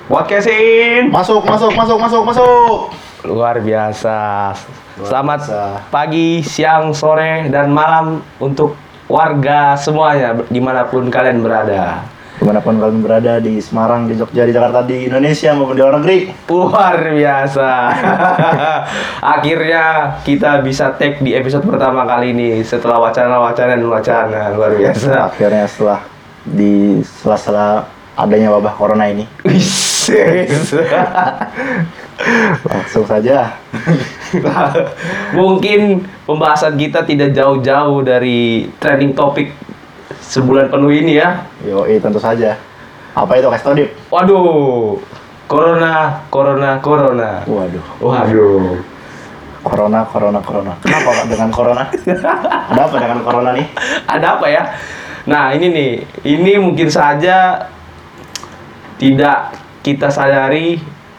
Podcastin. Masuk. Luar biasa. Selamat biasa. pagi, siang, sore, dan malam untuk warga semuanya dimanapun kalian berada. Dimanapun kalian berada, di Semarang, di Jogja, di Jakarta, di Indonesia maupun di luar negeri. Luar biasa. Akhirnya kita bisa take di episode pertama kali ini setelah wacana. Luar biasa. Akhirnya setelah di sela-sela adanya wabah corona ini. Langsung saja. Mungkin pembahasan kita tidak jauh-jauh dari trending topik sebulan penuh ini ya. Yoi, tentu saja. Apa itu, Kasih tau, Dip? Waduh, corona. Waduh. Corona. Kenapa Kak dengan corona? Ada apa dengan corona nih? Ada apa ya? Nah ini mungkin saja tidak kita sadari.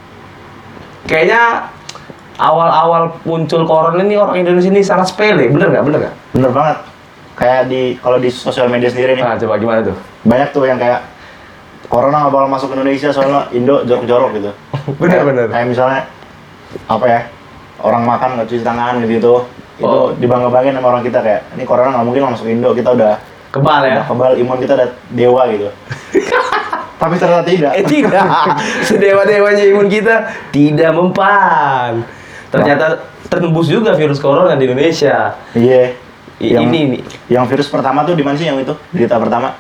Kayaknya awal-awal muncul corona ini orang Indonesia ini sangat sepele, bener nggak? Bener banget. Kayak kalau di sosial media sendiri nih, Nah, coba gimana tuh? banyak tuh yang kayak corona nggak bakal masuk ke Indonesia soalnya Indo jorok-jorok gitu. Bener. Kayak misalnya apa ya, orang makan nggak cuci tangan gitu. Itu dibangga-banggain sama orang kita, kayak ini corona nggak mungkin masuk Indo, kita udah Kebal ya? udah kebal, imun kita udah dewa gitu. Tapi ternyata tidak. Tidak. Sedewa-dewanya imun kita tidak mempan. Ternyata tembus juga virus corona di Indonesia. Iya. Ini Yang virus pertama tuh di mana sih yang itu? Berita pertama?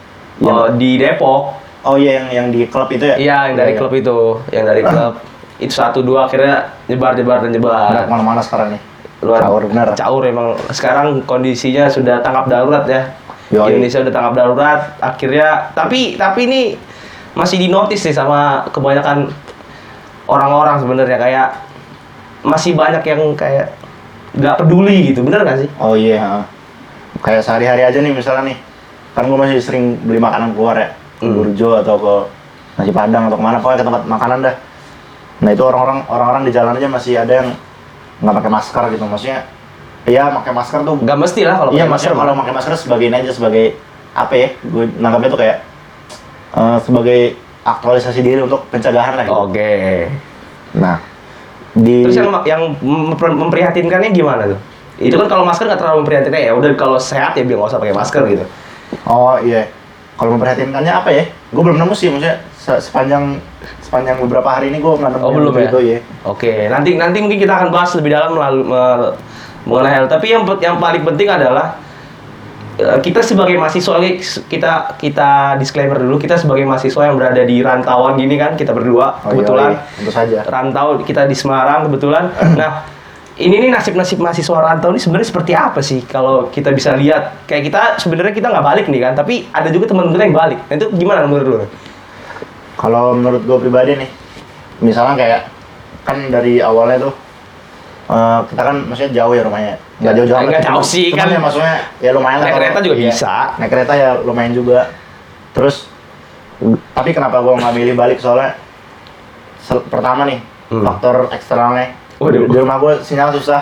di Depok. Oh iya, yang di klub itu ya? Iya, yang dari klub itu, itu 1-2 akhirnya nyebar. Udah kemana-mana sekarang nih. Luar Caur, bener. Caur emang sekarang kondisinya sudah tanggap darurat ya. Yoi. Indonesia udah tanggap darurat akhirnya, tapi ini masih dinotis nih sama kebanyakan orang-orang sebenarnya, kayak masih banyak yang kayak nggak peduli gitu, bener nggak sih? Oh iya, kayak sehari-hari aja nih misalnya nih, kan gue masih sering beli makanan keluar ya, ke Burjo atau ke nasi Padang atau kemana, pokoknya ke tempat makanan dah. Nah itu orang-orang di jalan aja masih ada yang nggak pakai masker gitu, maksudnya iya pakai masker tuh. Nggak mesti lah kalau Iya, pakai maksudnya kalau pakai masker sebagai ini aja, sebagai apa ya, gue nangkapnya tuh kayak sebagai aktualisasi diri untuk pencegahan lah gitu. Oke. Nah Terus yang memprihatinkannya gimana tuh? Itu kan kalau masker nggak terlalu memprihatinkan ya, udah kalau sehat ya biar nggak usah pakai masker gitu. Oh iya, kalau memperhatinkannya apa ya? Gue belum nemu sih, maksudnya sepanjang beberapa hari ini gue nggak nemu Belum ya? gitu ya. Oke, nanti mungkin kita akan bahas lebih dalam mengenai hal. Tapi yang paling penting adalah kita sebagai mahasiswa, kita disclaimer dulu, kita sebagai mahasiswa yang berada di rantauan gini kan, kita berdua kebetulan tentu saja. rantau, kita di Semarang kebetulan. Nah, ini nih nasib mahasiswa rantau ini sebenarnya seperti apa sih kalau kita bisa lihat? Kayak kita sebenarnya kita nggak balik nih kan, tapi ada juga teman kita yang balik. Nah, itu gimana menurut lu? Kalau menurut gue pribadi nih, misalnya kayak kan dari awalnya tuh kita kan maksudnya jauh ya rumahnya, nggak jauh-jauh nggak jauh sih cuman kan, ya maksudnya ya lumayan lah. naik kereta juga iya, bisa. naik kereta ya lumayan juga. Terus tapi kenapa gue nggak milih balik, soalnya pertama nih faktor eksternalnya. Waduh. Di rumah gue sinyal susah.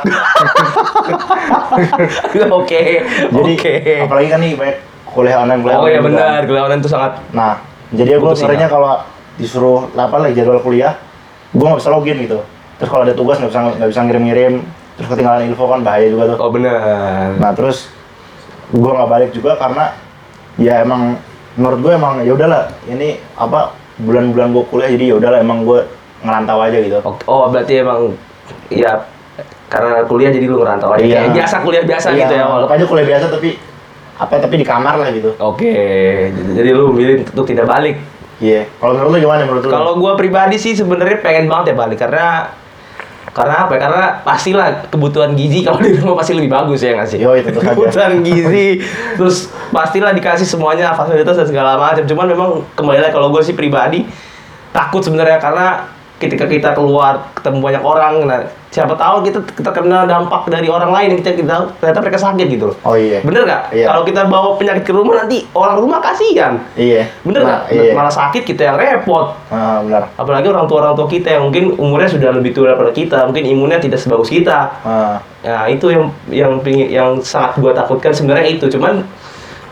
Oke. Apalagi kan nih banyak kuliah online. Oh iya benar, kuliah online itu sangat. Nah, jadi gue sebenarnya kalau disuruh lagi jadwal kuliah, gue nggak bisa login gitu. Terus kalau ada tugas nggak bisa ngirim, terus ketinggalan info kan bahaya juga tuh. Oh benar. Nah terus gue nggak balik juga karena ya emang menurut gue emang ya udahlah, ini apa bulan-bulan gue kuliah, jadi ya udahlah emang gue ngerantau aja gitu. Oh berarti emang ya karena kuliah jadi lu ngerantau aja. Iya. Kayak biasa kuliah biasa Iya, gitu ya. anggap aja kuliah biasa tapi di kamar lah gitu. Oke. Jadi lu milih untuk tidak balik. Iya. Kalau menurut lu gimana menurut lu? Kalau gua pribadi sih sebenarnya pengen banget ya balik, karena apa ya? Karena pastilah kebutuhan gizi kalau di rumah pasti lebih bagus ya nggak sih? Yo, itu saja. Kebutuhan gizi, terus pastilah dikasih semuanya fasilitas dan segala macam. Cuman memang kembali lagi, kalau gue sih pribadi takut sebenarnya, karena ketika kita keluar ketemu banyak orang, nah siapa tahu kita kena dampak dari orang lain yang kita tahu ternyata mereka sakit gitu loh. Oh iya. Bener nggak? Iya. Kalau kita bawa penyakit ke rumah nanti orang rumah kasihan. Iya. Bener nggak? Iya. Malah sakit kita yang repot. Benar. Apalagi orang tua kita yang mungkin umurnya sudah lebih tua daripada kita, mungkin imunnya tidak sebagus kita. Nah itu yang sangat gua takutkan sebenarnya itu. Cuman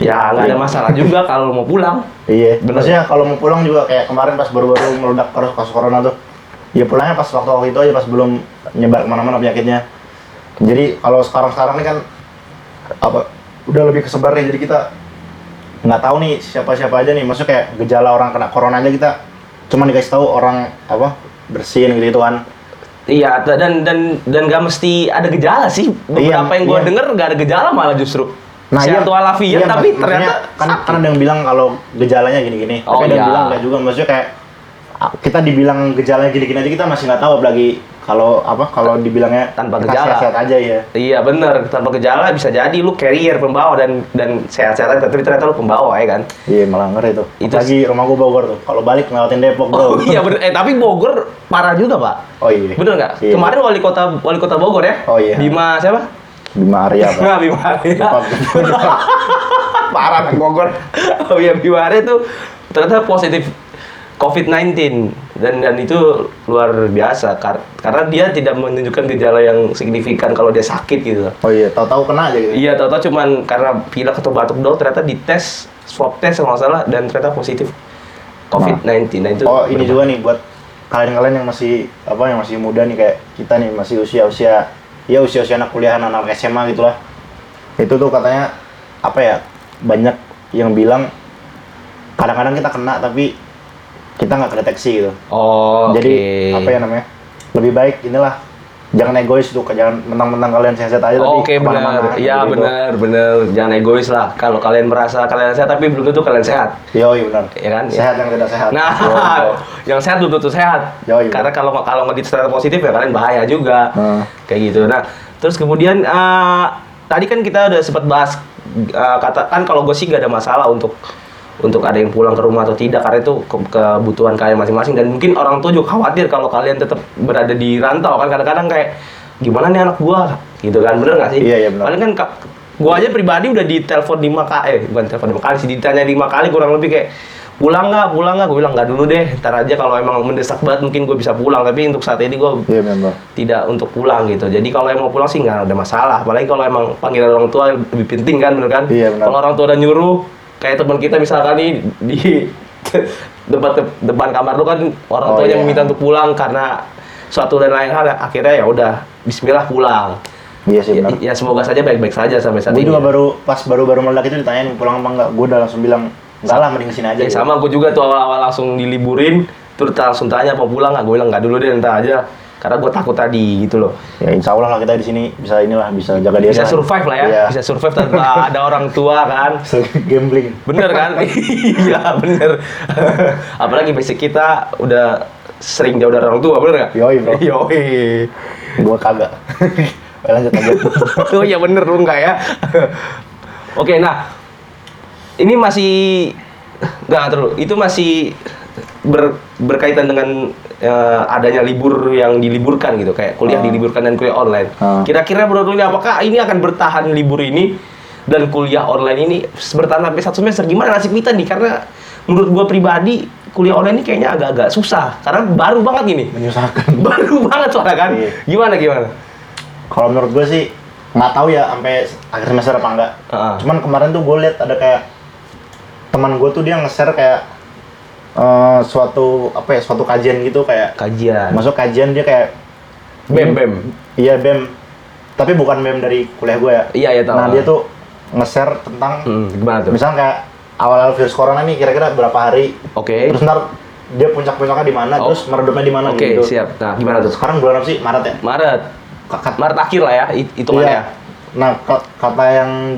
Ya nggak ada masalah juga kalau mau pulang. Iya. Bener. Maksudnya kalau mau pulang juga kayak kemarin pas baru-baru meledak kasus corona tuh. Ya pulangnya pas waktu itu aja pas belum nyebar kemana-mana penyakitnya. Jadi kalau sekarang nih kan apa udah lebih kesebar nih, jadi kita nggak tahu nih siapa-siapa aja nih. Maksudnya kayak gejala orang kena corona aja kita cuma dikasih tahu orang apa bersin gitu kan. Iya, dan nggak mesti ada gejala sih. Beberapa yang gue denger nggak ada gejala malah justru. Nah, sehat walafiat, iya, tapi maksudnya ternyata kan ada yang bilang kalau gejalanya gini-gini, Oh, tapi ada yang iya. bilang enggak juga. Maksudnya kayak kita dibilang gejalanya gini-gini aja kita masih nggak tahu, apalagi kalau dibilangnya Tanpa kita gejala. sehat-sehat aja ya. Iya bener, tanpa gejala bisa jadi lu carrier pembawa dan sehat-sehat aja, tapi ternyata lu pembawa ya kan. Iya, malah ngeri tuh. Itu Apalagi rumah gua Bogor tuh. Kalau balik ngelewatin Depok Oh bro. iya bener, tapi Bogor parah juga pak. Oh iya. Bener nggak? Iya. Kemarin wali kota Bogor ya. Oh, iya. Bima siapa? Bima Arya Pak. Nah, Bima Arya. Parah anak Bogor. Oh iya, Bima Arya tuh ternyata positif COVID-19 dan itu luar biasa karena dia tidak menunjukkan gejala yang signifikan kalau dia sakit gitu. Oh iya, tahu-tahu kena aja gitu. Iya, tahu-tahu cuman karena pilek atau batuk doang, ternyata dites swab test kalau nggak salah dan ternyata positif COVID-19. Nah, itu Oh, ini juga nih buat kalian-kalian yang masih muda nih kayak kita nih, masih usia anak kuliahan, anak SMA gitu lah. Itu tuh katanya banyak yang bilang kadang-kadang kita kena tapi kita nggak kedeteksi gitu. Oh, Jadi lebih baik inilah, jangan egois tuh, jangan mentang-mentang kalian sehat aja tapi Oke, benar. Iya, benar. Jangan egois lah. Kalau kalian merasa kalian sehat tapi belum tentu kalian sehat. Iya benar. Ya kan? Sehat yang tidak sehat. Nah, yang sehat belum tentu sehat. Yoi. Karena kalau nggak ternyata positif ya kalian bahaya juga. Kayak gitu. Nah, terus kemudian tadi kan kita udah sempat bahas katakan kalau gue sih gak ada masalah untuk ada yang pulang ke rumah atau tidak, karena itu kebutuhan kalian masing-masing, dan mungkin orang tua juga khawatir kalau kalian tetap berada di rantau kan, kadang-kadang kayak gimana nih anak gua gitu kan, bener nggak sih? Iya benar. Paling kan gua aja pribadi udah ditelepon 5 kali, bukan telepon 5 kali sih, ditanya 5 kali kurang lebih kayak pulang nggak, gue bilang nggak dulu deh, ntar aja kalau emang mendesak banget mungkin gue bisa pulang, tapi untuk saat ini gue tidak untuk pulang gitu. Jadi kalau emang mau pulang sih nggak ada masalah, apalagi kalau emang panggilan orang tua lebih penting kan, bener kan? Iya, benar. Kalau orang tua udah nyuruh, kayak teman kita misalkan nih di depan kamar lu kan orang tuanya meminta untuk pulang karena suatu dan lain hal, akhirnya ya udah Bismillah pulang. Iya sih benar. Ya semoga saja baik-baik saja sampai saat Gue ini. juga baru meledak itu ditanyain pulang apa enggak, gue udah langsung bilang enggak lah, mending kesini aja. Ya, gitu. sama gue juga tuh awal-awal langsung diliburin, terus langsung tanya mau pulang nggak, gue bilang nggak dulu deh, ntar aja, karena gue takut tadi gitu loh. Ya insya Allah lah kita di sini bisa jaga diri. Bisa survive lah ya, Iya. bisa survive tanpa ada orang tua kan. Gambling. Bener kan? Iya bener. Apalagi basic kita udah sering jauh dari orang tua, bener nggak? Yoi bro. Yoi. Gue kagak. Lanjut. Oh iya bener lu enggak ya? Oke, nah ini masih itu masih berkaitan dengan adanya libur yang diliburkan gitu, kayak kuliah diliburkan dan kuliah online. Kira-kira menurut lu ini apakah ini akan bertahan libur ini dan kuliah online ini bertahan sampai 1 semester? Gimana nasib kita nih? Karena menurut gua pribadi kuliah online ini kayaknya agak-agak susah karena baru banget ini. Menyusahkan. Baru banget soalnya kan. Iya. Gimana? Kalau menurut gue sih nggak tahu ya sampai akhir semester apa enggak. Cuman kemarin tuh gue lihat ada kayak teman gue tuh dia nge-share kayak suatu kajian gitu, kayak Kajian. masuk kajian dia kayak BEM. Iya BEM, tapi bukan BEM dari kuliah gue ya. Iya tahu. Nah dia tuh nge-share tentang gimana tuh? misalnya kayak awal-awal virus corona nih kira-kira berapa hari, Oke. terus ntar dia puncak-puncaknya di mana, terus meredupnya di mana Oke, gitu. siap. Nah, gimana tuh? Sekarang bulan apa sih? Maret ya? Maret akhir lah ya, hitungannya. Iya. Nah, kata yang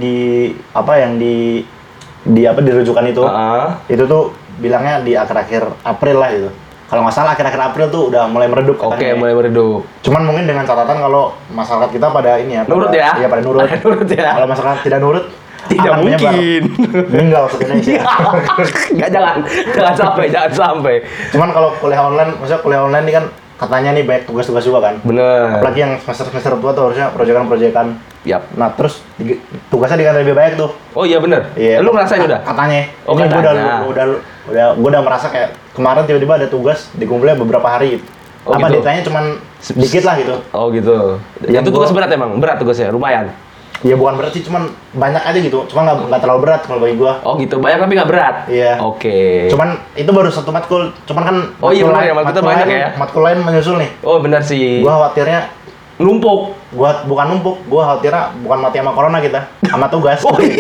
dirujukan itu tuh bilangnya di akhir-akhir April lah gitu. Kalau nggak salah akhir-akhir April tuh udah mulai meredup katanya. Oke, mulai meredup. Cuman mungkin dengan catatan kalau masyarakat kita pada ini ya. Nurut ya? Iya, pada nurut. Nurut ya? Kalau masyarakat tidak nurut, Tidak akan menyebar. mungkin. Meninggal ke Indonesia. Nggak, jangan sampai. Cuman kalau kuliah online ini kan katanya nih banyak tugas-tugas juga kan. Bener. Apalagi yang semester tua tuh harusnya proyekan-proyekan. Yap. Nah, terus tugasnya diganti lebih banyak tuh. Oh iya bener. Iya. Lu ngerasain udah? Katanya. Oh, Ini katanya. gue udah merasa kayak kemarin tiba-tiba ada tugas dikumpulnya beberapa hari. Oh, apa gitu? ditanya cuman dikit lah gitu. Oh gitu. Yang Itu tugas gua- berat emang? Berat tugasnya? Lumayan? Iya bukan berat sih, cuman banyak aja gitu. Cuma nggak terlalu berat kalau bagi gua. Oh gitu, banyak tapi nggak berat? Iya. Oke. Cuman itu baru satu matkul. Cuman kan Oh iya benar ya, matkul kita banyak ya. Matkul lain menyusul nih. Oh benar sih. Gua khawatirnya Numpuk. bukan numpuk, gua khawatirnya bukan mati sama corona kita, sama tugas. Oh iya.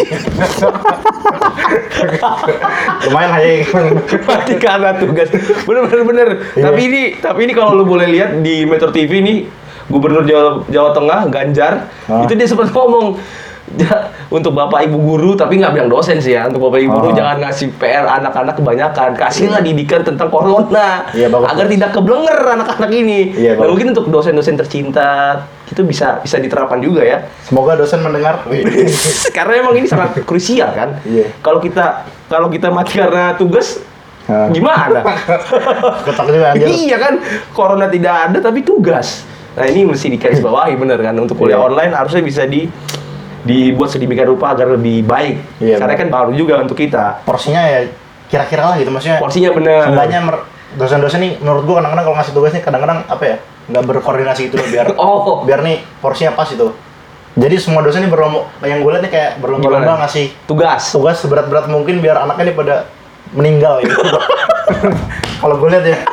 Lumayan aja. Mati karena tugas. Bener. Iya. Tapi ini kalau lu boleh lihat di Metro TV nih, Gubernur Jawa Tengah Ganjar itu dia sempat ngomong untuk bapak ibu guru, tapi nggak bilang dosen sih ya, untuk bapak ibu guru jangan ngasih PR anak-anak kebanyakan, kasihlah didikan tentang corona agar tidak keblenger anak-anak ini. Dan mungkin untuk dosen-dosen tercinta itu bisa diterapkan juga ya. Semoga dosen mendengar. Karena emang ini sangat krusial kan. Kalau kita mati karena tugas gimana? Ketak juga anjir. Iya kan, corona tidak ada tapi tugas. Nah ini mesti digarisbawahi bener kan, untuk kuliah online harusnya bisa dibuat sedemikian rupa agar lebih baik. Karena kan baru juga untuk kita. Porsinya ya kira-kira lah gitu, maksudnya. Porsinya bener. Seenggaknya dosen-dosen nih menurut gua kadang-kadang kalau ngasih tugas nih kadang-kadang apa ya, nggak berkoordinasi gitu loh, biar nih porsinya pas itu. Jadi semua dosen nih yang gue lihat nih kayak berlomba-lomba ngasih tugas seberat-berat mungkin biar anaknya nih pada meninggal gitu. Kalau gue lihat ya.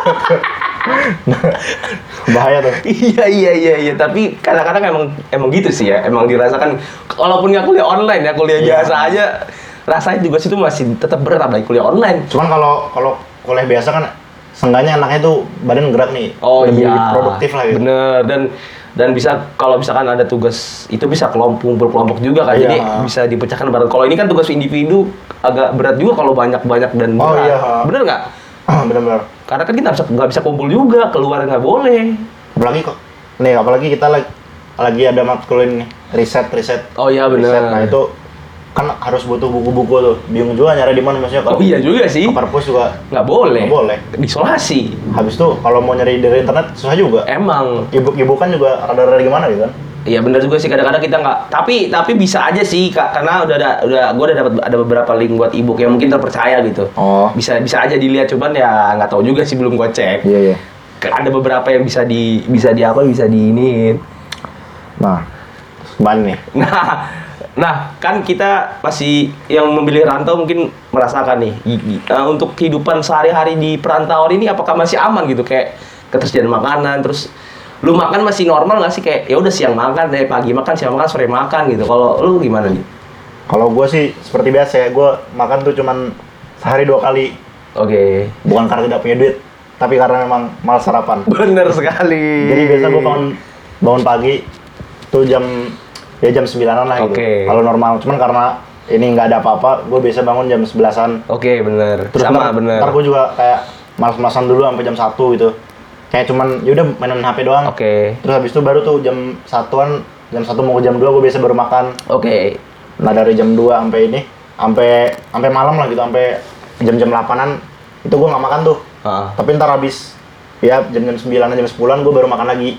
Bahaya tuh. Iya. Tapi kadang-kadang emang gitu sih ya. Emang dirasakan, walaupun nggak kuliah online ya, kuliah biasa aja, rasanya tugas itu masih tetap berat apalagi kuliah online. Cuman kalau kuliah biasa kan, seenggaknya anaknya tuh badan gerak nih. Lebih produktif lah gitu. Bener. Dan bisa, kalau misalkan ada tugas itu bisa kumpul kelompok juga kan. Jadi bisa dipecahkan bareng. Kalau ini kan tugas individu agak berat juga kalau banyak-banyak dan berat. Bener nggak? Bener. Karena kan kita nggak bisa kumpul juga, keluar nggak boleh. Apalagi kita lagi ada matkul ini riset. Oh iya benar. Nah itu kan harus butuh buku-buku tuh. Bingung juga nyari di mana, maksudnya. Oh iya juga sih. Ke perpus juga nggak boleh. Diisolasi. Habis itu kalau mau nyari dari internet susah juga. Emang. Ibu kan juga rada-rada gimana gitu kan. Iya benar juga sih, kadang-kadang kita nggak, tapi bisa aja sih Kak, karena gue udah dapat ada beberapa link buat ebook yang mungkin terpercaya gitu. Bisa aja dilihat, cuman ya nggak tahu juga sih, belum gue cek. Iya. Ada beberapa yang bisa diinin. Nah, gimana nih? Nah kan kita masih yang memilih rantau mungkin merasakan nih untuk kehidupan sehari-hari di perantauan ini, apakah masih aman gitu, kayak ketersediaan makanan, terus lu makan masih normal nggak sih, kayak ya udah siang makan, pagi makan, siang makan, sore makan gitu. Kalau lu gimana nih? Kalau gue sih seperti biasa ya, gue makan tuh cuman sehari 2 kali. Oke. Bukan karena tidak punya duit, tapi karena memang malas sarapan. Bener sekali. Jadi biasa gue bangun pagi tuh jam 9-an lah gitu. Kalau normal, cuman karena ini nggak ada apa-apa, gue biasa bangun jam 11-an. Oke, bener. Terus bener. Ntar gue juga kayak malas-malasan dulu sampai jam 1 gitu. Kayak cuman yaudah main HP doang. Terus habis itu baru tuh jam 1-an, jam 1 mau ke jam 2 gue biasa baru makan. Nah dari jam 2 sampai sampai malam lah gitu, sampai jam-jam 8-an itu gue nggak makan tuh. Tapi ntar habis ya jam-jam 9-an, jam 10-an gue baru makan lagi.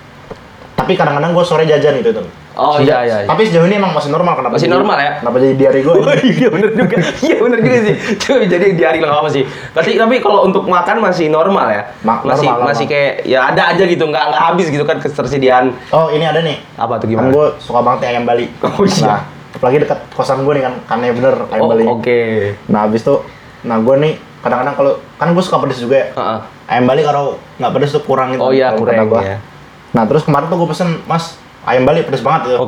Tapi kadang-kadang gue sore jajan gitu tuh. Iya. Tapi sejauh ini emang masih normal. Kenapa? Masih normal ya? Kenapa jadi diare gue? Iya bener juga. Iya bener juga sih. Cuma jadi diare lah apa sih? Tapi kalau untuk makan masih normal ya. Masih kayak ya ada aja gitu, nggak habis gitu kan ketersediaan. Oh ini ada nih. Apa tuh gimana? Kan gue suka banget ayam Bali. Nah apalagi dekat kosan gue nih kan bener ayam Bali. Nah habis tuh, gue nih kadang-kadang kalau kan gue suka pedes juga ya. Ayam Bali kalau nggak pedes tuh kurang gitu. Oh iya kurang ya. Nah terus kemarin tuh gue pesen, Mas ayam Bali pedes banget gitu.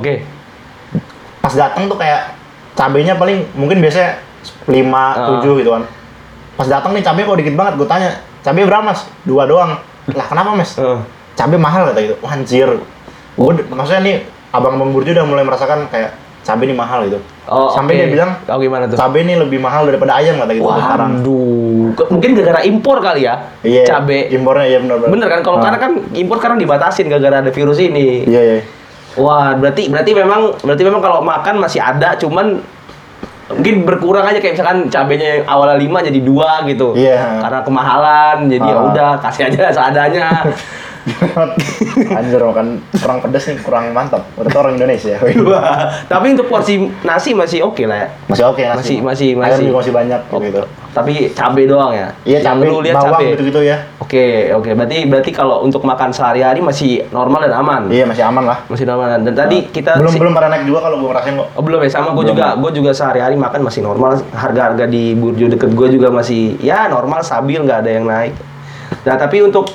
Pas datang tuh kayak cabenya paling mungkin biasanya 5, 7 gitu kan. Pas datang nih cabenya kok dikit banget. Gue tanya, cabai berapa Mas? 2 doang. Lah kenapa Mas? Cabai mahal kata gitu. Wah anjir. Maksudnya nih abang-abang burjo udah mulai merasakan kayak cabai ini mahal gitu. Sampai dia bilang, gimana tuh? Cabai ini lebih mahal daripada ayam kata gitu. Waduh, mungkin gara-gara impor kali ya? Iya, cabai. Impornya iya benar. Bener kan? Kalau karena kan impor karena dibatasin gara-gara ada virus ini. Iya. Wah, berarti memang kalau makan masih ada, cuman mungkin berkurang aja, kayak misalkan cabenya yang awalnya 5 jadi 2 gitu. Iya. Karena kemahalan, jadi ya udah kasih aja seadanya. Anjir, makan kurang pedas nih, kurang mantap. Udah orang Indonesia. Tapi untuk porsi nasi masih oke lah ya. Masih oke nasi. Ayam juga masih banyak gitu. Tapi cabe doang ya. Iya, cabe, Lu lihat bawang cabe. gitu-gitu ya. Oke. Berarti kalau untuk makan sehari-hari masih normal dan aman. Iya, masih aman lah. Masih normal. Dan tadi kita belum pada naik juga kalau gue ngerasain kok. Oh belum ya, sama gue juga sehari-hari makan masih normal. Harga-harga di burjo deket gue juga masih ya normal, stabil, nggak ada yang naik. Nah tapi untuk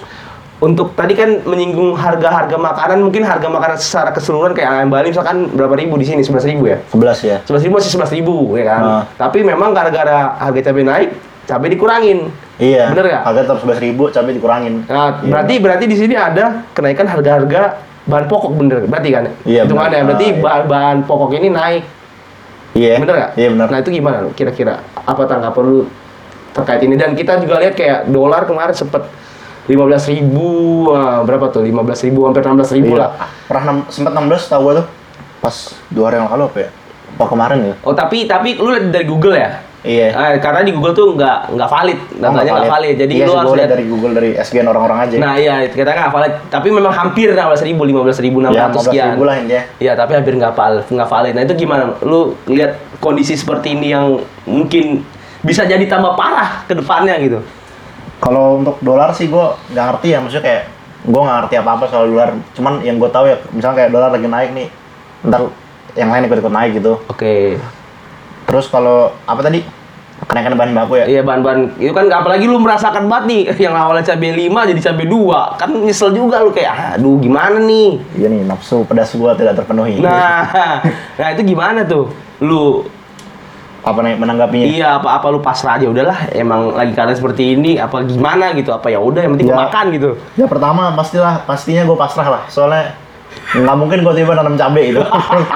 tadi kan menyinggung harga-harga makanan, mungkin harga makanan secara keseluruhan kayak ayam Bali misalkan berapa ribu di sini, 11.000 ya? 11 ya. 11.000 masih 11.000 ya kan? Tapi memang gara-gara harga cabai naik, cabai dikurangin. Iya. Bener nggak? Harga tetap 11.000, cabai dikurangin. Nah, Iya. berarti di sini ada kenaikan harga-harga bahan pokok, bener? Berarti kan? Iya, Hitungannya, benar. berarti bahan pokok ini naik. Iya. Bener nggak? Iya, benar. Nah itu gimana kira-kira? Apa tanggapan lu terkait ini? Dan kita juga lihat kayak dolar kemarin sempet 15.000, berapa tuh? 15.000 sampai 16.000 lah. Pernah sempat 16 tahu gua tuh. Pas 2 hari yang lalu apa ya? Apa kemarin ya? Oh tapi lu lihat dari Google ya? Iya. Karena di Google tuh nggak valid, datanya nggak valid. Jadi iya, lu harus lihat dari Google, dari SGN orang-orang aja. Nah iya, kita nggak valid. Tapi memang hampir 16.000, 15.600 ya, sekian. 15.000 lah intinya. Iya, tapi hampir nggak valid. Nah itu gimana? Lu lihat kondisi seperti ini yang mungkin bisa jadi tambah parah ke depannya gitu. Kalau untuk dolar sih gue nggak ngerti ya, maksudnya kayak gue nggak ngerti apa-apa soal dolar. Cuman yang gue tahu ya, misalnya kayak dolar lagi naik nih, ntar yang lain ikut-ikut naik gitu. Oke. Terus kalau apa tadi? Kenaikan bahan baku ya? Iya bahan-bahan itu kan apalagi lu merasakan banget nih yang awalnya cabai 5 jadi cabai 2. Kan nyesel juga lu kayak aduh gimana nih. Iya nih, nafsu pedas gua tidak terpenuhi. Nah itu gimana tuh? Lu Apa nih menanggapinya? iya apa lu pasrah aja udahlah emang lagi keadaan seperti ini apa gimana gitu apa ya udah yang penting Ya. makan gitu. Ya pertama pastinya gue pasrah lah, soalnya nggak mungkin gue tiba nanam cabai itu.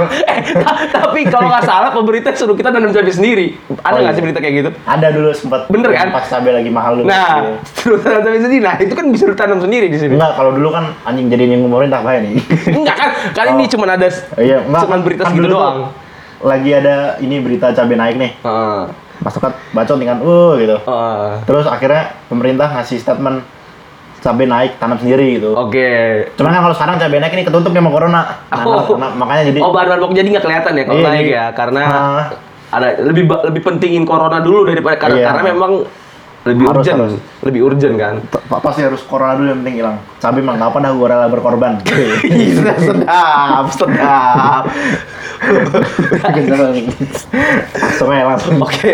Tapi kalau nggak salah pemerintah suruh kita nanam cabai sendiri. Ada Oh, nggak iya. sih berita kayak gitu? Ada dulu sempat. Bener kan? Pas cabai lagi mahal dulu. Nah, Iya. suruh tanam cabai sendiri. Nah, itu kan bisa lu tanam sendiri di sini. Enggak, kalau dulu kan anjing jadi nyinggung pemerintah kayak nih. Enggak kan? Kan ini cuma ada Iya, enggak. cuman berita Kan segitu dulu tuh doang. Lagi ada ini berita cabai naik nih. Heeh. Masyarakat bacot dengan gitu. Heeh. Terus akhirnya pemerintah ngasih statement cabai naik tanam sendiri gitu. Oke. Cuman kan kalau sekarang cabai naik ini ketutup sama corona. Makanya jadi bahan-bahan pokok jadi nggak kelihatan ya kalau Iya, naik jadi- ya karena Ah. ada lebih pentingin corona dulu daripada Iya. karena memang lebih Harus, urgent, harus. lebih urgent kan. pasti harus corona dulu yang penting hilang. Cabai mah nggak apa dah gue rela berkorban. sedap. Langsung. Oke,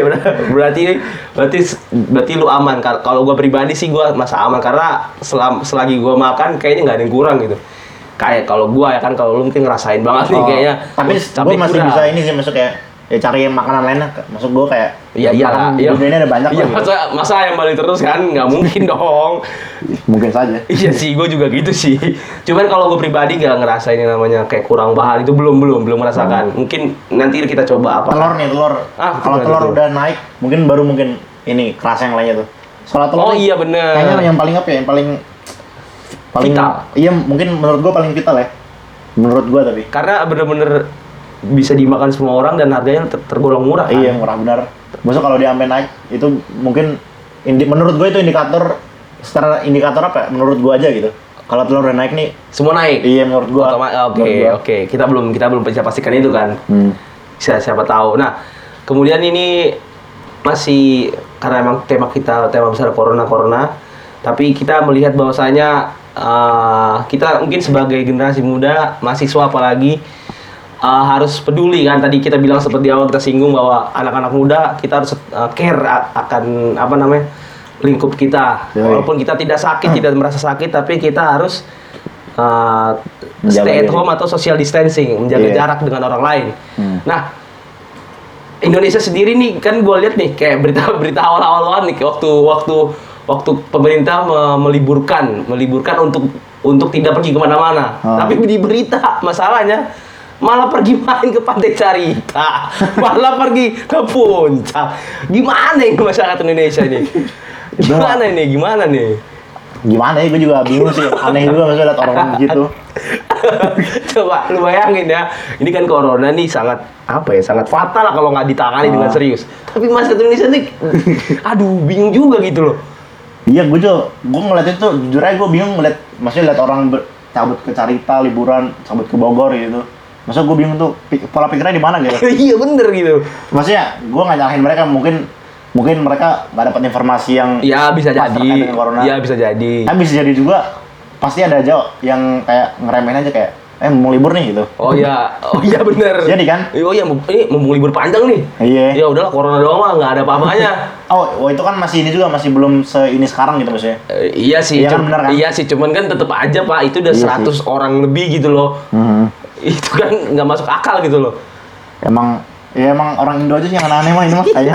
berarti lu aman. Kalau gua pribadi sih gua masa aman karena selagi gua makan kayaknya nggak ada yang kurang gitu. Kayak kalau gua ya kan kalau lu mungkin ngerasain banget nih kayaknya. Tapi gue masih kurang. bisa ini sih, maksud kayak ya cari makanan lain lah. Maksud gue kayak Iya iyalah, makanan dunia ini ada banyak Iya, lah, gitu. masa yang balik terus kan nggak mungkin dong. Mungkin saja. Iya sih, gue juga gitu sih. Cuman kalau gue pribadi nggak ngerasain yang namanya kayak kurang bahan itu belum merasakan. Mungkin nanti kita coba apa? Telur. Kalau betul, telur betul. udah naik, mungkin ini kerasa yang lainnya tuh. Soal telur. Oh iya bener. Kayaknya yang paling apa ya? Yang paling Vital. Iya, mungkin menurut gue paling vital ya. Menurut gue tapi. Karena bener-bener bisa dimakan semua orang dan harganya tergolong murah kan? Iya, murah benar. Maksudnya kalau dia sampai naik itu mungkin menurut gue itu indikator apa? Ya? Menurut gue aja gitu. Kalau telur udah naik nih, Semua naik. iya menurut gue. Oke. Kita belum bisa pastikan itu kan. Siapa tahu. Nah, kemudian ini masih karena emang tema besar corona, tapi kita melihat bahwasanya kita mungkin sebagai generasi muda, mahasiswa apalagi harus peduli kan. Tadi kita bilang seperti awal kita singgung bahwa anak-anak muda kita harus care akan apa namanya lingkup kita. Yoi. Walaupun kita tidak merasa sakit, tapi kita harus Menjaga stay at diri. home atau social distancing, menjaga Iya. jarak dengan orang lain. Nah, Indonesia sendiri nih kan gue lihat nih kayak berita awal-awal nih kayak waktu pemerintah meliburkan untuk tidak pergi kemana-mana. Tapi di berita masalahnya malah pergi main ke Pantai Carita, malah pergi ke puncak. Gimana ini masyarakat Indonesia ini? Gimana nih? Gimana ya, gue juga bingung sih. Aneh juga maksudnya liat orang gitu. Coba lu bayangin ya, ini kan corona nih sangat fatal lah kalau nggak ditangani dengan serius. Tapi masyarakat Indonesia nih, aduh bingung juga gitu loh. Iya, gue ngeliat itu jujur aja gue bingung ngeliat, maksudnya liat orang cabut ke Carita, liburan, cabut ke Bogor gitu. Maksudnya gue bingung tuh pola pikirnya di mana gitu. Iya bener gitu. Maksudnya gue nggak nyalahin mereka, mungkin mereka nggak dapat informasi yang Ya bisa pas terkait jadi. dengan corona. Iya bisa jadi. Kan bisa jadi juga pasti ada aja yang kayak ngeremehin aja kayak mau libur nih gitu. Oh iya bener. Jadi kan? Oh iya, ini mau libur panjang nih. Iya. Ya udahlah, corona doang mah nggak ada apa-apanya. Oh itu kan masih ini juga, masih belum ini sekarang gitu maksudnya. Iya sih, Iya kan, bener kan? iya sih, cuman kan tetep aja Pak, itu udah Iya 100 orang lebih gitu loh. Itu kan nggak masuk akal gitu loh. Emang orang Indo aja sih yang aneh-aneh mah ini mah kayaknya.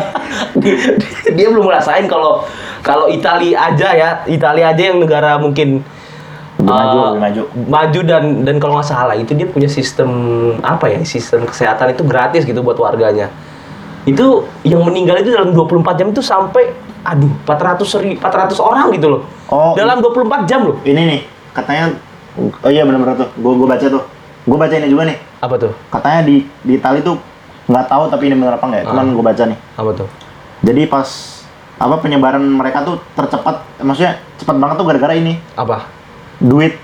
Dia belum ngerasain kalau Italia aja yang negara mungkin Lebih maju. Dan kalau nggak salah itu dia punya sistem sistem kesehatan itu gratis gitu buat warganya. Itu yang meninggal itu dalam 24 jam itu sampai 400 orang gitu loh. Oh, dalam 24 jam loh. Ini nih katanya, oh iya benar-benar tuh, gue baca tuh, gue baca ini juga nih. Apa tuh? Katanya di Itali tuh nggak tahu tapi ini benar apa nggak, cuman gue baca nih. Apa tuh? Jadi pas penyebaran mereka tuh tercepat, maksudnya cepat banget tuh gara-gara ini. Apa? Duit.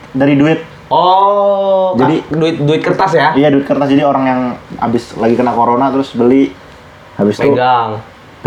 Oh, jadi duit kertas ya? Iya, duit kertas. Jadi orang yang habis lagi kena corona terus beli, habis itu Megang.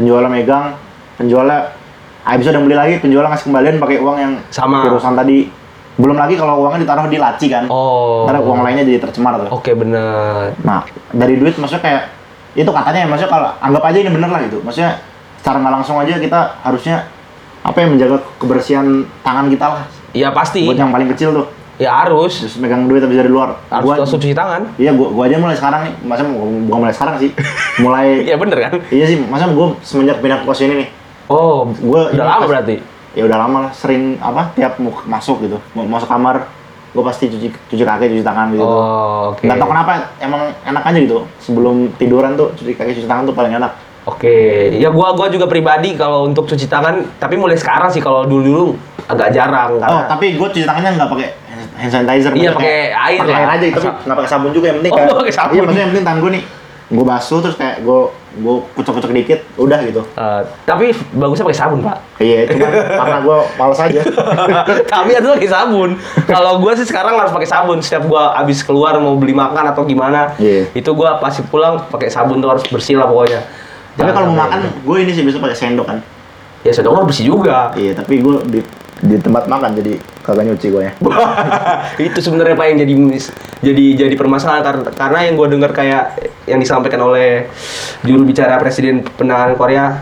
penjualnya habis itu udah beli lagi, penjualnya ngasih kembalian pakai uang yang Sama. virusan tadi. Belum lagi kalau uangnya ditaruh di laci kan. Oh. Karena uang lainnya jadi tercemar tuh. Oke, bener. Nah, dari duit maksudnya kayak itu katanya, maksudnya kalau anggap aja ini bener lah gitu. Maksudnya secara nggak langsung aja kita harusnya menjaga kebersihan tangan kita lah. Iya pasti. Buat yang paling kecil tuh. Ya harus. Terus megang duit habis dari luar. Harus langsung cuci tangan. Iya, gua aja mulai sekarang nih. Masa bukan mulai sekarang sih. Mulai. Iya bener kan? Iya sih, masa gua semenjak pindah ke kos ini nih. Oh, Gua udah lama berarti. Ya udah lama lah, sering tiap masuk gitu. Masuk kamar, gua pasti cuci kaki, cuci tangan gitu. Oh, oke. Nggak tahu kenapa, emang enak aja gitu. Sebelum tiduran tuh cuci kaki, cuci tangan tuh paling enak. Oke, ya gua juga pribadi kalau untuk cuci tangan, tapi mulai sekarang sih, kalau dulu agak jarang Oh, tapi gua cuci tangannya nggak pakai hand sanitizer. Iya, pakai air pakai lah. air aja, tapi nggak pakai sabun juga. Yang penting Oh, nggak pakai sabun. Iya, maksudnya yang penting tangan gua nih, gua basuh terus kayak gua kucek-kucek dikit, udah gitu. Tapi bagusnya pakai sabun, Pak. Iya, cuma karena gua malas aja. Kami harus pakai sabun. Kalau gua sih sekarang harus pakai sabun setiap gua habis keluar mau beli makan atau gimana. Iya. Itu gua pasti pulang pakai sabun tuh, harus bersih lah pokoknya. Tapi kalau mau Jangan makan, gue ini sih biasa pakai sendok kan. ya sendok mah bersih juga. Iya, tapi gue di tempat makan jadi kagak nyuci gue ya. Itu sebenarnya Pak yang jadi permasalahan, karena yang gue dengar kayak yang disampaikan oleh juru bicara Presiden penanganan Korea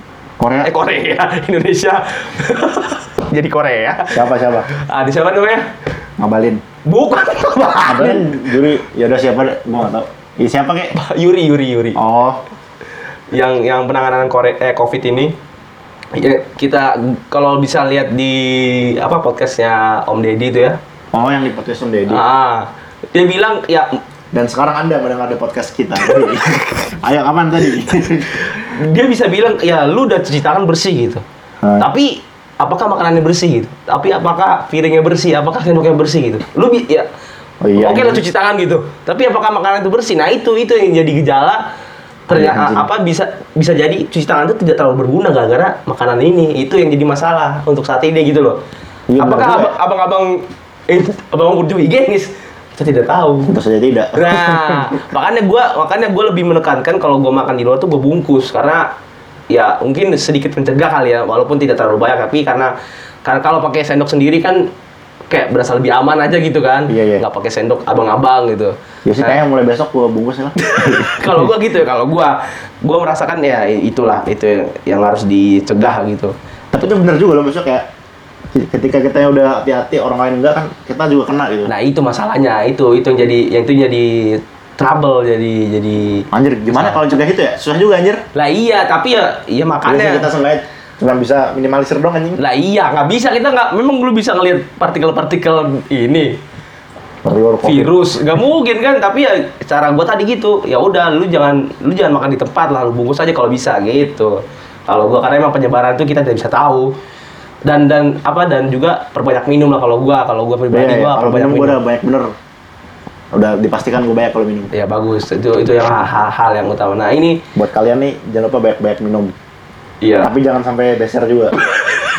Indonesia. Jadi Korea. Siapa? Di siapa namanya? Ngabalin. Bukan. Ngabalin juri. Ya udah siapa? Gue nggak tahu. Iya siapa kek? Yuri. Oh, Yang penanganan COVID ini, ya, kita kalau bisa lihat di podcastnya Om Deddy itu ya. oh yang di podcast Om Deddy. Dia bilang ya. Dan sekarang Anda mendengar di podcast kita. Ayo kapan tadi? Dia bisa bilang ya lu udah cuci tangan bersih gitu. Tapi apakah makanannya bersih gitu? Tapi apakah piringnya bersih? Apakah sendoknya bersih gitu? Oh iya. Oke lah cuci tangan gitu. Tapi apakah makanan itu bersih? Nah itu yang jadi gejala. Ternyata bisa jadi cuci tangan itu tidak terlalu berguna gara-gara makanan ini. Itu yang jadi masalah untuk saat ini gitu loh. Iya, apakah abang-abang berjuang higienis? Saya tidak tahu. Tentu saja tidak. Nah, makanya gue lebih menekankan kalau gue makan di luar tuh gue bungkus, karena ya mungkin sedikit mencegah kali ya, walaupun tidak terlalu banyak, tapi karena kalau pakai sendok sendiri kan kayak berasa lebih aman aja gitu kan. Iya. Nggak pakai sendok abang-abang gitu. Ya sih kayaknya mulai besok gua bungkus lah. Kalau gua gitu ya, kalau gua merasakan ya itu yang harus dicegah gitu. Tapi itu benar juga loh, maksudnya kayak ketika kita udah hati-hati orang lain enggak kan kita juga kena gitu. Nah, itu masalahnya, itu yang jadi trouble, jadi Anjir, gimana kalau cegah itu ya? Susah juga anjir. Lah iya, tapi ya makanya Kita seenggaknya cuma bisa minimalisir dong anjing. lah iya, nggak bisa, kita nggak, memang lu bisa ngelihat partikel-partikel ini virus, nggak mungkin kan. Tapi ya cara gua tadi gitu, ya udah lu jangan makan di tempat lah, lu bungkus aja kalau bisa gitu. Kalau gua, karena emang penyebaran itu kita tidak bisa tahu. Dan juga perbanyak minum lah kalau gua pribadi. Gua kalau perbanyak minum minum. gua udah banyak bener. Udah dipastikan gua banyak kalau minum. Ya bagus, itu yang hal yang utama. Nah ini Buat kalian nih jangan lupa banyak-banyak minum. iya. Tapi jangan sampai beser juga.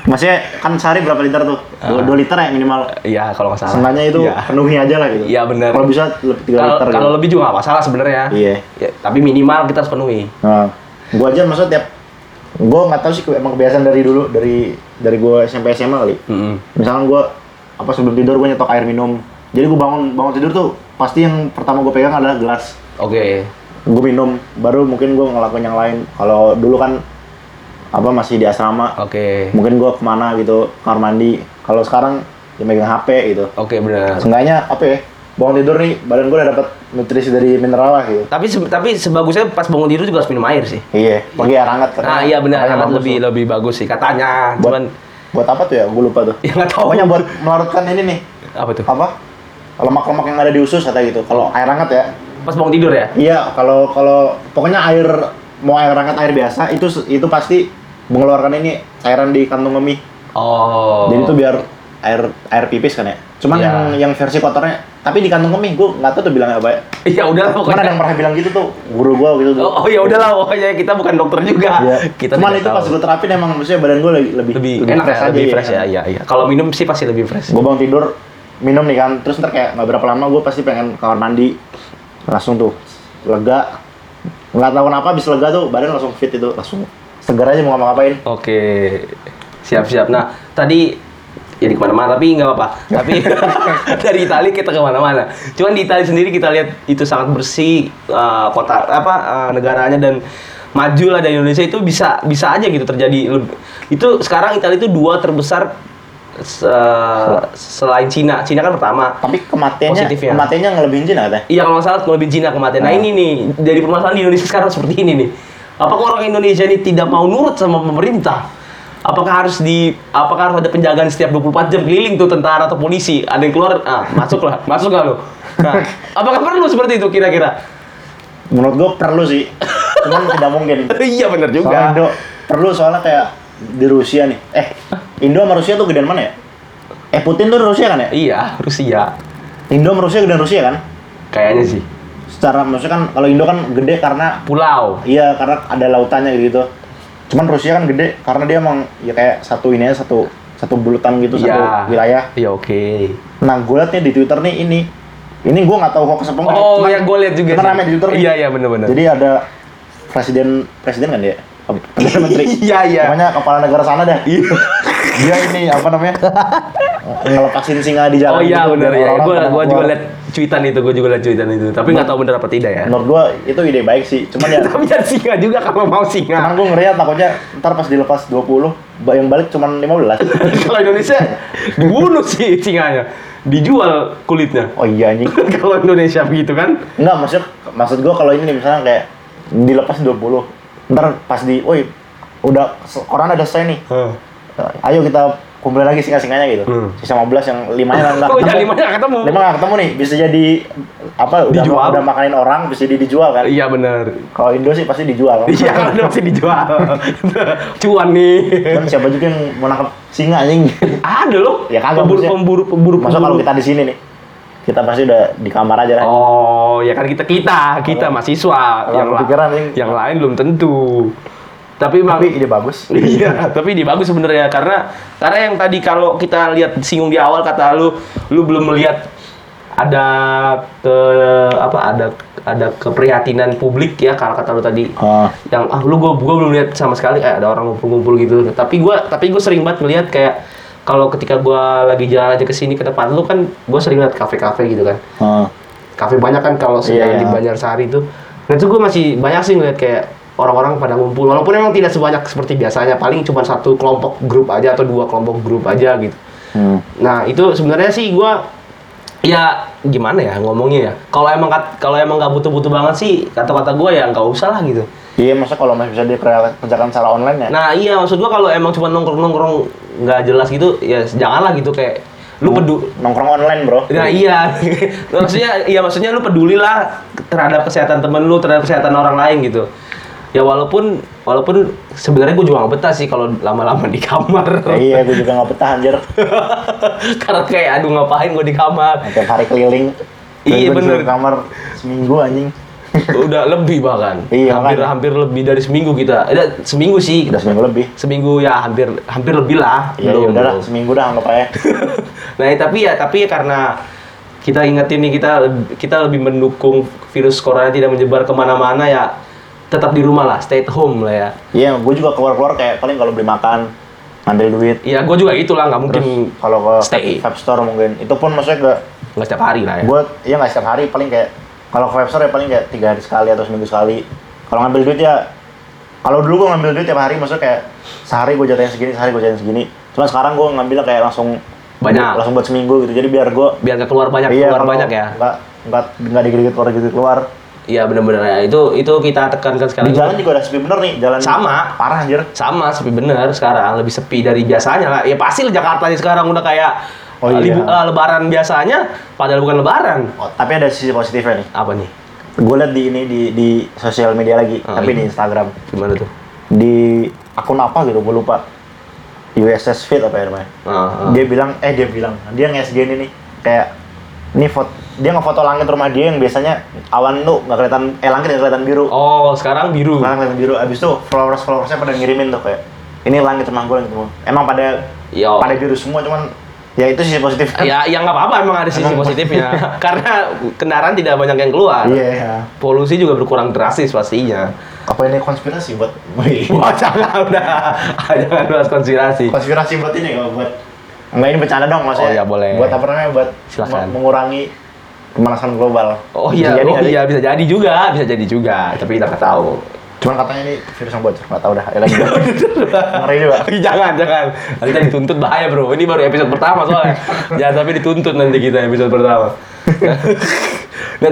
Maksudnya kan sehari berapa liter tuh? 2 liter ya minimal. Iya, kalau nggak salah. Seenggaknya itu Iya. penuhi aja lah gitu. Iya, benar. Kalau bisa lebih 3 liter Kalau gitu. lebih juga nggak masalah sebenarnya. Iya. Ya, tapi minimal kita harus penuhi. Nah, gua aja maksudnya gua nggak tahu sih emang kebiasaan dari dulu dari gua SMP SMA kali. Misalkan gua sebelum tidur gua nyetok air minum. Jadi gua bangun tidur tuh pasti yang pertama gua pegang adalah gelas. Oke. Gua minum, baru mungkin gua ngelakuin yang lain. Kalau dulu kan masih di asrama. Oke. Mungkin gua kemana gitu, kamar mandi. Kalau sekarang ya megang HP gitu. Oke, benar. Seenggaknya bangun tidur nih, badan gua udah dapat nutrisi dari mineral lah gitu. Tapi sebagusnya pas bangun tidur juga harus minum air sih. Iya, pakai air hangat. Nah, iya benar, katanya hangat bagus lebih tuh. lebih bagus sih katanya. Buat, Cuman buat apa tuh ya? Gue lupa tuh. ya nggak tahu. Pokoknya buat melarutkan ini nih. Apa tuh? Lemak-lemak yang ada di usus kata gitu. Kalau air hangat ya. Pas bangun tidur ya? Iya, kalau pokoknya mau air hangat air biasa itu pasti mengeluarkan ini cairan di kantung kemih. Oh. Jadi itu biar air pipis kan ya. Cuman Iya. yang versi kotornya tapi di kantung kemih gue nggak tahu tuh bilangnya apa ya. Ya udahlah Cuman pokoknya. ada yang pernah bilang gitu tuh guru gue gitu tuh. Oh ya udahlah pokoknya kita bukan dokter juga. Iya. Kita Cuman tidak itu tahu. pas gue terapin emang maksudnya badan gue lebih enak fresh ya, lebih aja, fresh ya. Iya. Kalau minum sih pasti lebih fresh. Gue bangun tidur minum nih kan, terus ntar kayak nggak berapa lama gue pasti pengen kamar mandi, langsung tuh lega, nggak tahu kenapa abis lega tuh badan langsung fit itu, langsung segar aja mau ngapa-ngapain. Oke. Siap. Nah, tadi ya di kemana-mana tapi nggak apa-apa. Tapi dari Italia kita kemana-mana. Cuman di Italia sendiri kita lihat itu sangat bersih, negaranya dan maju lah dari Indonesia itu bisa aja gitu terjadi. Itu sekarang Italia itu 2 terbesar selain Cina. Cina kan pertama. Tapi Positifnya. kematiannya ngelebihin Cina katanya. Iya kalau nggak salah ngelebihin Cina kematian. Nah ini nih dari permasalahan di Indonesia sekarang seperti ini nih. Apakah orang Indonesia ini tidak mau nurut sama pemerintah? Apakah harus ada penjagaan setiap 24 jam keliling tuh tentara atau polisi? Ada yang keluar, masuk nggak lo? Nah, apakah perlu seperti itu kira-kira? Menurut gue perlu sih, cuman tidak mungkin. Iya benar juga. Soalnya Indo perlu soalnya kayak di Rusia nih. Indo sama Rusia tuh gedean mana ya? Putin tuh Rusia kan ya? Iya, Rusia. Indo sama Rusia gedean Rusia kan? Kayaknya sih. Secara maksudnya kan kalau Indo kan gede karena Pulau. iya karena ada lautannya gitu. Cuman Rusia kan gede karena dia emang ya kayak satu bulutan gitu, Iya. satu wilayah. Iya oke. Nah, gue liat nih di Twitter nih ini gue nggak tahu hoax apa enggak. Oh ya gue lihat juga. Cuman sih. rame di Twitter nih. Iya benar-benar. Jadi ada presiden kan dia? Perdana menteri. Iya. Pokoknya kepala negara sana dah. Dia ini apa namanya? Ngelepasin singa di jalan. Oh iya gitu. benar ya. Orang-orang Gue pada juga keluar. lihat cuitan itu. Tapi nggak tahu benar apa tidak ya. Menurut gue itu ide baik sih. Cuman ya Tapi jangan singa juga kalau mau singa. cuman gue ngeriat takutnya ntar pas dilepas 20 yang balik cuman 15. Kalau Indonesia dibunuh sih singanya, dijual kulitnya. Oh iya anjing. Kalau Indonesia begitu kan? Enggak, maksud gue kalau ini nih misalnya kayak dilepas 20. Ntar pas udah corona udah selesai nih. Ayo kita kumpulin lagi singa-singanya gitu. Sisa 15 yang 5-nya nggak Oh ketemu. ya 5 nggak ketemu. 5 nggak ketemu nih, bisa jadi Dijual. udah makanin orang, bisa jadi dijual kan. Iya benar. Kalau Indo sih pasti dijual. Iya kalau masih dijual. Cuan nih. Cuman siapa juga yang mau nangkep singa anjing. Ada loh. Ya kagak, maksudnya. Pemburu. Masa kalau kita di sini nih, kita pasti udah di kamar aja kan. Oh, ya kan kita mahasiswa. Kalau kepikiran, Yang lain belum tentu. Tapi ide bagus. Iya, tapi ini bagus sebenarnya karena yang tadi kalau kita lihat singgung di awal kata lu belum melihat ada keprihatinan publik ya kalau kata lu tadi. Yang gua belum lihat sama sekali ada orang ngumpul-ngumpul gitu. Tapi gua sering banget ngelihat kayak kalau ketika gua lagi jalan aja ke sini ke depan lu kan gua sering lihat kafe-kafe gitu kan. Kafe banyak kan kalau sedang di Banjarsari itu. Nah itu gua masih banyak sih ngeliat kayak orang-orang pada ngumpul, walaupun emang tidak sebanyak seperti biasanya, paling cuma satu kelompok grup aja atau 2 kelompok grup aja gitu. Nah itu sebenarnya sih gue ya gimana ya ngomongnya ya. Kalau emang nggak butuh banget sih kata-kata gue ya nggak usah lah gitu. Iya, masa kalau masih bisa dikerjakan secara online ya? Nah iya maksud gue kalau emang cuma nongkrong nggak jelas gitu ya janganlah gitu kayak lu nongkrong online bro. Nah iya, maksudnya lu peduli lah terhadap kesehatan temen lu, terhadap kesehatan orang lain gitu. Ya walaupun sebenarnya gue juga nggak betah sih kalau lama-lama di kamar. Ya, iya, gue juga nggak betah anjir. Karena kayak aduh ngapain gue di kamar. Tiap hari keliling. Iya, Gue bener. disuruh kamar seminggu anjing. Udah lebih bahkan. Iya, hampir lebih dari seminggu kita. Seminggu sih. Udah seminggu lebih. Seminggu ya hampir lebih lah. Iya, ya udahlah seminggu dah anggap aja. Nah, tapi karena kita ingetin nih kita lebih mendukung virus corona tidak menyebar kemana-mana ya, tetap di rumah lah, stay at home lah ya. Iya, gue juga keluar kayak paling kalau beli makan, ngambil duit. Iya, gue juga itulah, nggak mungkin kalau ke stay. vape store mungkin. Itu pun maksudnya nggak setiap hari lah ya. Iya nggak setiap hari, paling kayak kalau ke vape store ya paling kayak 3 hari sekali atau seminggu sekali. Kalau ngambil duit ya, kalau dulu gue ngambil duit tiap hari, maksudnya kayak sehari gue jatuhin segini, sehari gue jatuhin segini. Cuma sekarang gue ngambilnya kayak langsung buat seminggu gitu. Jadi biar nggak keluar banyak, ya. Nggak dikit-dikit keluar. Iya benar-benar ya. Itu kita tekankan sekali. Di jalan juga udah sepi bener nih, jalan. Sama. Parah anjir. Sama, sepi bener sekarang, lebih sepi dari biasanya lah. Ya pasti Jakarta sekarang udah kayak lebaran biasanya, padahal bukan lebaran. Oh, tapi ada sisi positifnya nih. Apa nih? Gue liat di sosial media lagi, tapi di Instagram. Gimana tuh? Di akun apa gitu, gue lupa. USS Fit apa ya namanya? Dia nge-SG ini nih, kayak ini dia ngefoto langit rumah dia yang biasanya awan tuh nggak kelihatan, langit nggak kelihatan biru. Oh, sekarang biru. Sekarang kelihatan biru. Abis itu flowers-flowersnya pada ngirimin tuh kayak, ini langit rumah gue, langit rumah. Emang pada biru semua, cuman ya itu sisi positif. Ya nggak apa-apa, emang ada sisi positifnya. Karena kendaraan tidak banyak yang keluar. Iya. Polusi juga berkurang drastis pastinya. Apa ini konspirasi buat? Wah, jangan bahas konspirasi. Konspirasi buat ini nggak buat? Enggak, ini bercanda dong maksudnya. Oh ya boleh. Buat apa namanya? Buat mengurangi pemanasan global. Oh iya, bisa jadi juga. Tapi kita nggak tahu. Cuman katanya ini virus yang bocor, nggak tahu dah. Lagi ngeri juga. Jangan. Nanti kita dituntut, bahaya bro. Ini baru episode pertama soalnya. Jangan sampai dituntut nanti kita episode pertama. Nah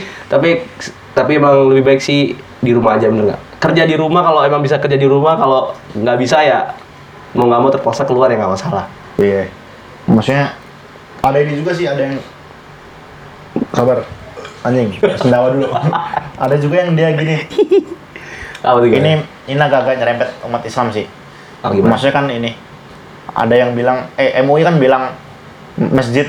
tapi emang lebih baik sih di rumah aja, bener nggak? Kerja di rumah, kalau emang bisa kerja di rumah, kalau nggak bisa ya mau nggak mau terpaksa keluar ya nggak masalah. Iya. Maksudnya ada ini juga sih, ada yang sabar anjing, sendawa dulu. Ada juga yang dia gini. Ini agak-agak nyerempet umat Islam sih. Maksudnya kan ini ada yang bilang MUI kan bilang masjid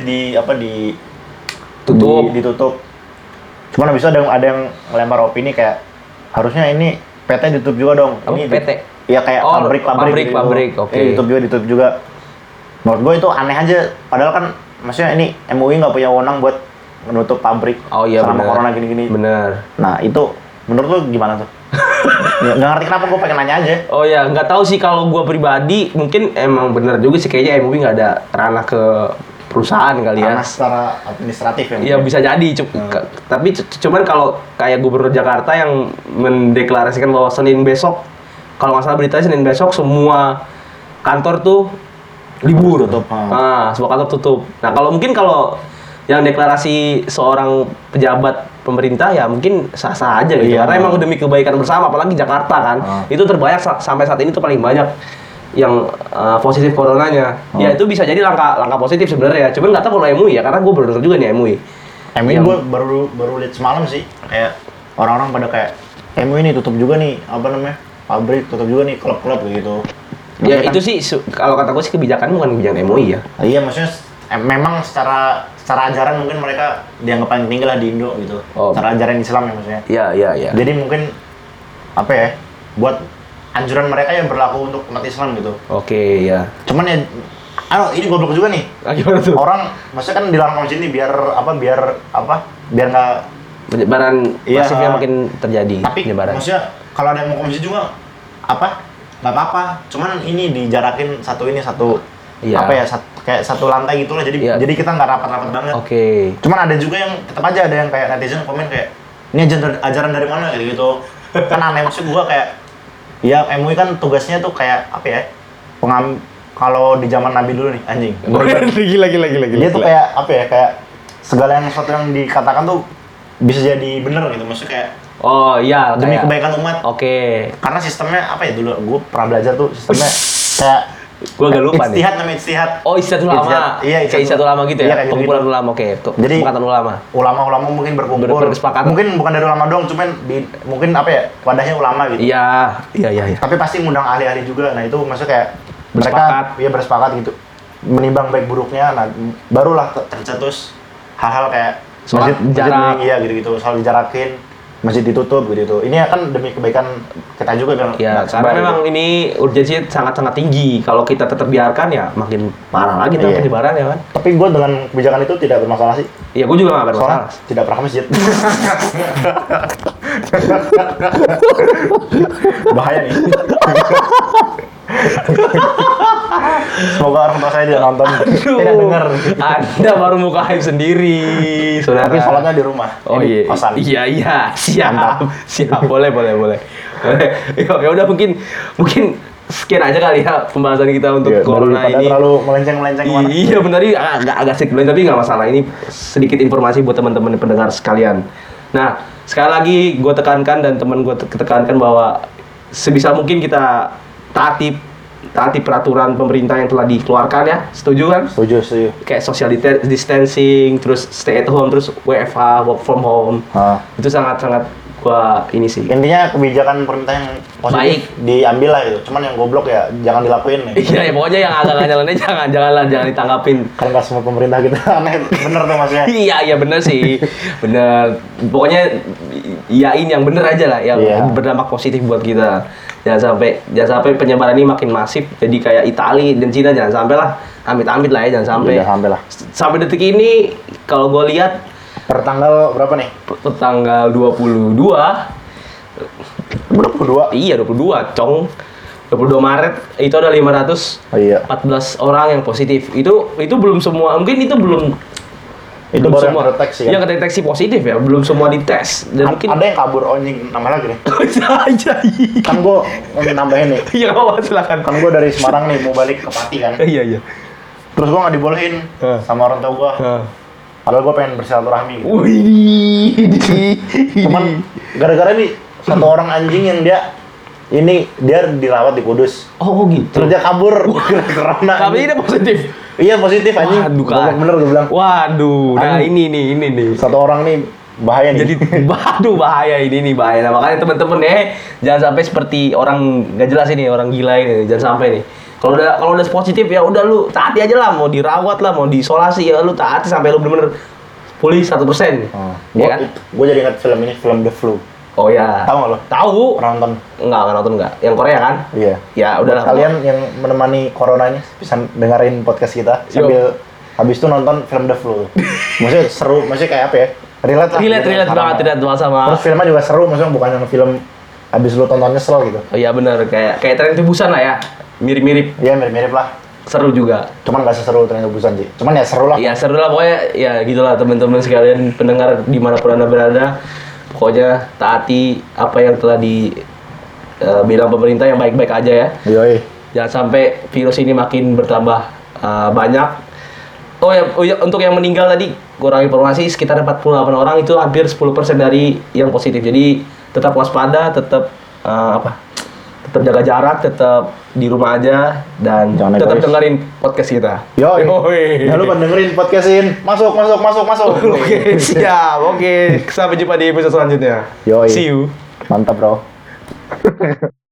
ditutup. Cuman habis itu ada yang ngelempar opini kayak harusnya ini PT ditutup juga dong. Ini PT? Iya kayak pabrik. Oke. Ditutup juga. Menurut gue itu aneh aja. Padahal kan maksudnya ini MUI nggak punya wewenang buat menutup pabrik selama corona gini-gini. Bener. Nah itu menurut lo gimana tuh? Nggak ngerti kenapa, gue pengen nanya aja. Oh ya, nggak tahu sih kalau gue pribadi, mungkin emang bener juga sih kayaknya MUI nggak ada ranah ke perusahaan kali ya. Karena secara administratif ya. Iya bisa jadi, tapi cuman kalau kayak Gubernur Jakarta yang mendeklarasikan bahwa Senin besok, kalau nggak salah beritanya Senin besok semua kantor tuh libur. Tutup. Semua kantor tutup. Nah kalau yang deklarasi seorang pejabat pemerintah ya mungkin sah-sah aja gitu. Iya. Karena emang demi kebaikan bersama, apalagi Jakarta kan. Itu terbanyak sampai saat ini tuh paling banyak yang positif coronanya. Ya itu bisa jadi langkah positif sebenarnya. Cuman nggak tahu kalau MUI ya, karena gue baru dengar juga nih MUI. MUI gue baru lihat semalam sih, kayak orang-orang pada kayak MUI ini tutup juga nih, pabrik tutup juga nih, klub-klub gitu. Ya itu sih kalau kata gue sih kebijakan bukan kebijakan MUI ya. Iya maksudnya memang secara ajaran mungkin mereka dianggap paling tinggi lah di Indo gitu. Secara ajaran Islam ya maksudnya. Iya. Jadi mungkin buat anjuran mereka yang berlaku untuk umat Islam gitu. Oke, ya. Cuman ya, ini goblok juga nih. Gimana tuh? Orang, maksudnya kan dilarang masjid nih biar nggak penyebaran masifnya makin terjadi. Tapi maksudnya kalau ada yang mau ke masjid juga nggak apa-apa. Cuman ini dijarakin satu. Iya. Kayak satu lantai gitu lah. Jadi kita nggak rapat-rapat banget. Oke. Cuman ada juga yang tetap aja ada yang kayak netizen komen kayak ini ajaran dari mana gitu. Kan aneh, maksud gua kayak ya MUI kan tugasnya tuh kayak kalau di zaman Nabi dulu nih anjing. Gila. Dia tuh kayak kayak segala yang sesuatu yang dikatakan tuh bisa jadi bener gitu. Maksudnya kayak demi kebaikan umat. Oke. Karena sistemnya dulu gua pernah belajar tuh sistemnya kayak gue agak lupa nih. Istihad. Oh, istihad ulama. Iya, kayak istihad ulama gitu ya. Iya, Kumpulan gitu. ulama, oke. Jadi kesepakatan ulama. Ulama mungkin berkumpul. Bersepakat. Mungkin bukan dari ulama doang, cuman mungkin wadahnya ulama gitu. Iya. Tapi pasti ngundang ahli-ahli juga. Nah, itu maksudnya kayak bersepakat. Mereka bersepakat gitu. Menimbang baik buruknya, nah barulah tercetus hal-hal kayak masjid jarak. Iya gitu-gitu, soal dijarakin. masjid ditutup gitu. Ini kan demi kebaikan kita juga biar Ya, nggak karena sebar, memang gitu. ini urgensinya sangat-sangat tinggi. Kalau kita tetap biarkan ya makin parah lagi tuh Iya. penyebaran ya kan. Tapi gue dengan kebijakan itu tidak bermasalah sih. Iya, gue juga nggak Soalnya bermasalah. tidak pernah ke masjid. Bahaya nih. Semoga orang tua saya tidak nonton, tidak dengar. Anda baru muka aib sendiri, saudara. Tapi sholatnya di rumah. Oh Ini iya, kosan. iya, siap, Mantap. siap, boleh. Ya udah mungkin sekian aja kali ya pembahasan kita untuk Iya, corona daripada ini. terlalu melenceng kemana. Iya benar, ini agak sedikit tapi nggak masalah. Ini sedikit informasi buat teman-teman pendengar sekalian. Nah, sekali lagi gue tekankan dan teman gue tekankan bahwa sebisa mungkin kita taati peraturan pemerintah yang telah dikeluarkan ya. Setuju kan? Setuju. Kayak social distancing, terus stay at home, terus WFH, work from home. Itu sangat-sangat gua ini sih. Intinya kebijakan pemerintah yang positif diambil lah gitu. Cuman yang goblok ya jangan dilakuin nih. Iya, ya, pokoknya yang agak nyalannya jangan ditanggapin. Karena nggak semua pemerintah kita aneh. Bener tuh maksudnya. Iya bener sih, bener. Pokoknya iyain yang bener aja lah, yang Iya. berdampak positif buat kita. Jangan sampai penyebaran ini makin masif. Jadi kayak Italia dan Cina jangan sampai lah. Amit-amit lah ya, jangan sampai. Jangan sampai lah. Sampai detik ini kalau gue lihat Per tanggal berapa nih? tanggal 22. 22. Iya 22, Cong. 22 Maret itu ada 514 Oh iya. orang yang positif. Itu belum semua, mungkin itu belum Itu baru yang terdeteksi kan? Yang terdeteksi positif ya, belum semua dites. Dan mungkin Ada yang kabur anjing nama lagi nih. aja. Kan gue nambahin nih. Iya, apa silakan. Kan gue dari Semarang nih mau balik ke Pati kan. Iya. Terus gue nggak dibolehin sama orang tua gue. Padahal gue pengen bersilaturahmi gitu. Wih. Cuman gara-gara nih satu orang anjing yang dia dirawat di Kudus. Oh gitu. Terus dia kabur karena Tapi ini positif. Iya positif anjing. Waduh, Goblok bener gue bilang. Waduh, nah ini nih. Satu orang nih bahaya nih. Jadi, waduh bahaya ini nih bahaya. Nah, makanya temen-temen jangan sampai seperti orang nggak jelas ini, orang gila ini, jangan sampai nih. Kalau udah positif ya udah lu taati aja lah, mau dirawat lah, mau diisolasi ya lu taati sampai lu bener-bener pulih 100%. Ya kan? Gue jadi ingat film ini, film The Flu. Oh ya. Tahu nggak lo? Tahu. Pernah nonton? Enggak nonton enggak. Yang Korea kan? Iya. Ya udahlah. Kalian yang menemani coronanya bisa dengerin podcast kita sambil habis itu nonton film The Flu. Maksudnya seru, maksudnya kayak apa ya? Relate lah. Relate banget, relate sama. Terus filmnya juga seru, maksudnya bukan yang film habis lu tonton nyesel gitu. Oh iya benar, kayak Tren to Busan lah ya. Mirip-mirip, Iya mirip-mirip lah. seru juga. Cuman nggak seseru Tren to Busan sih. Cuman ya seru lah. Iya seru lah pokoknya ya gitulah teman-teman sekalian pendengar dimanapun anda berada. Pokoknya taati apa yang telah bilang pemerintah yang baik-baik aja ya. Yoi. Jangan sampai virus ini makin bertambah banyak. Oh ya, untuk yang meninggal tadi kurang informasi sekitar 48 orang, itu hampir 10% dari yang positif. Jadi tetap waspada, tetap tetap jaga jarak, tetap di rumah aja, dan Jangan tetap egois. dengerin podcast kita. Yoi. Yoi. Jangan lupa dengerin podcastin. Masuk. Oke, siap. Oke, sampai jumpa di episode selanjutnya. Yoi. See you. Mantap bro.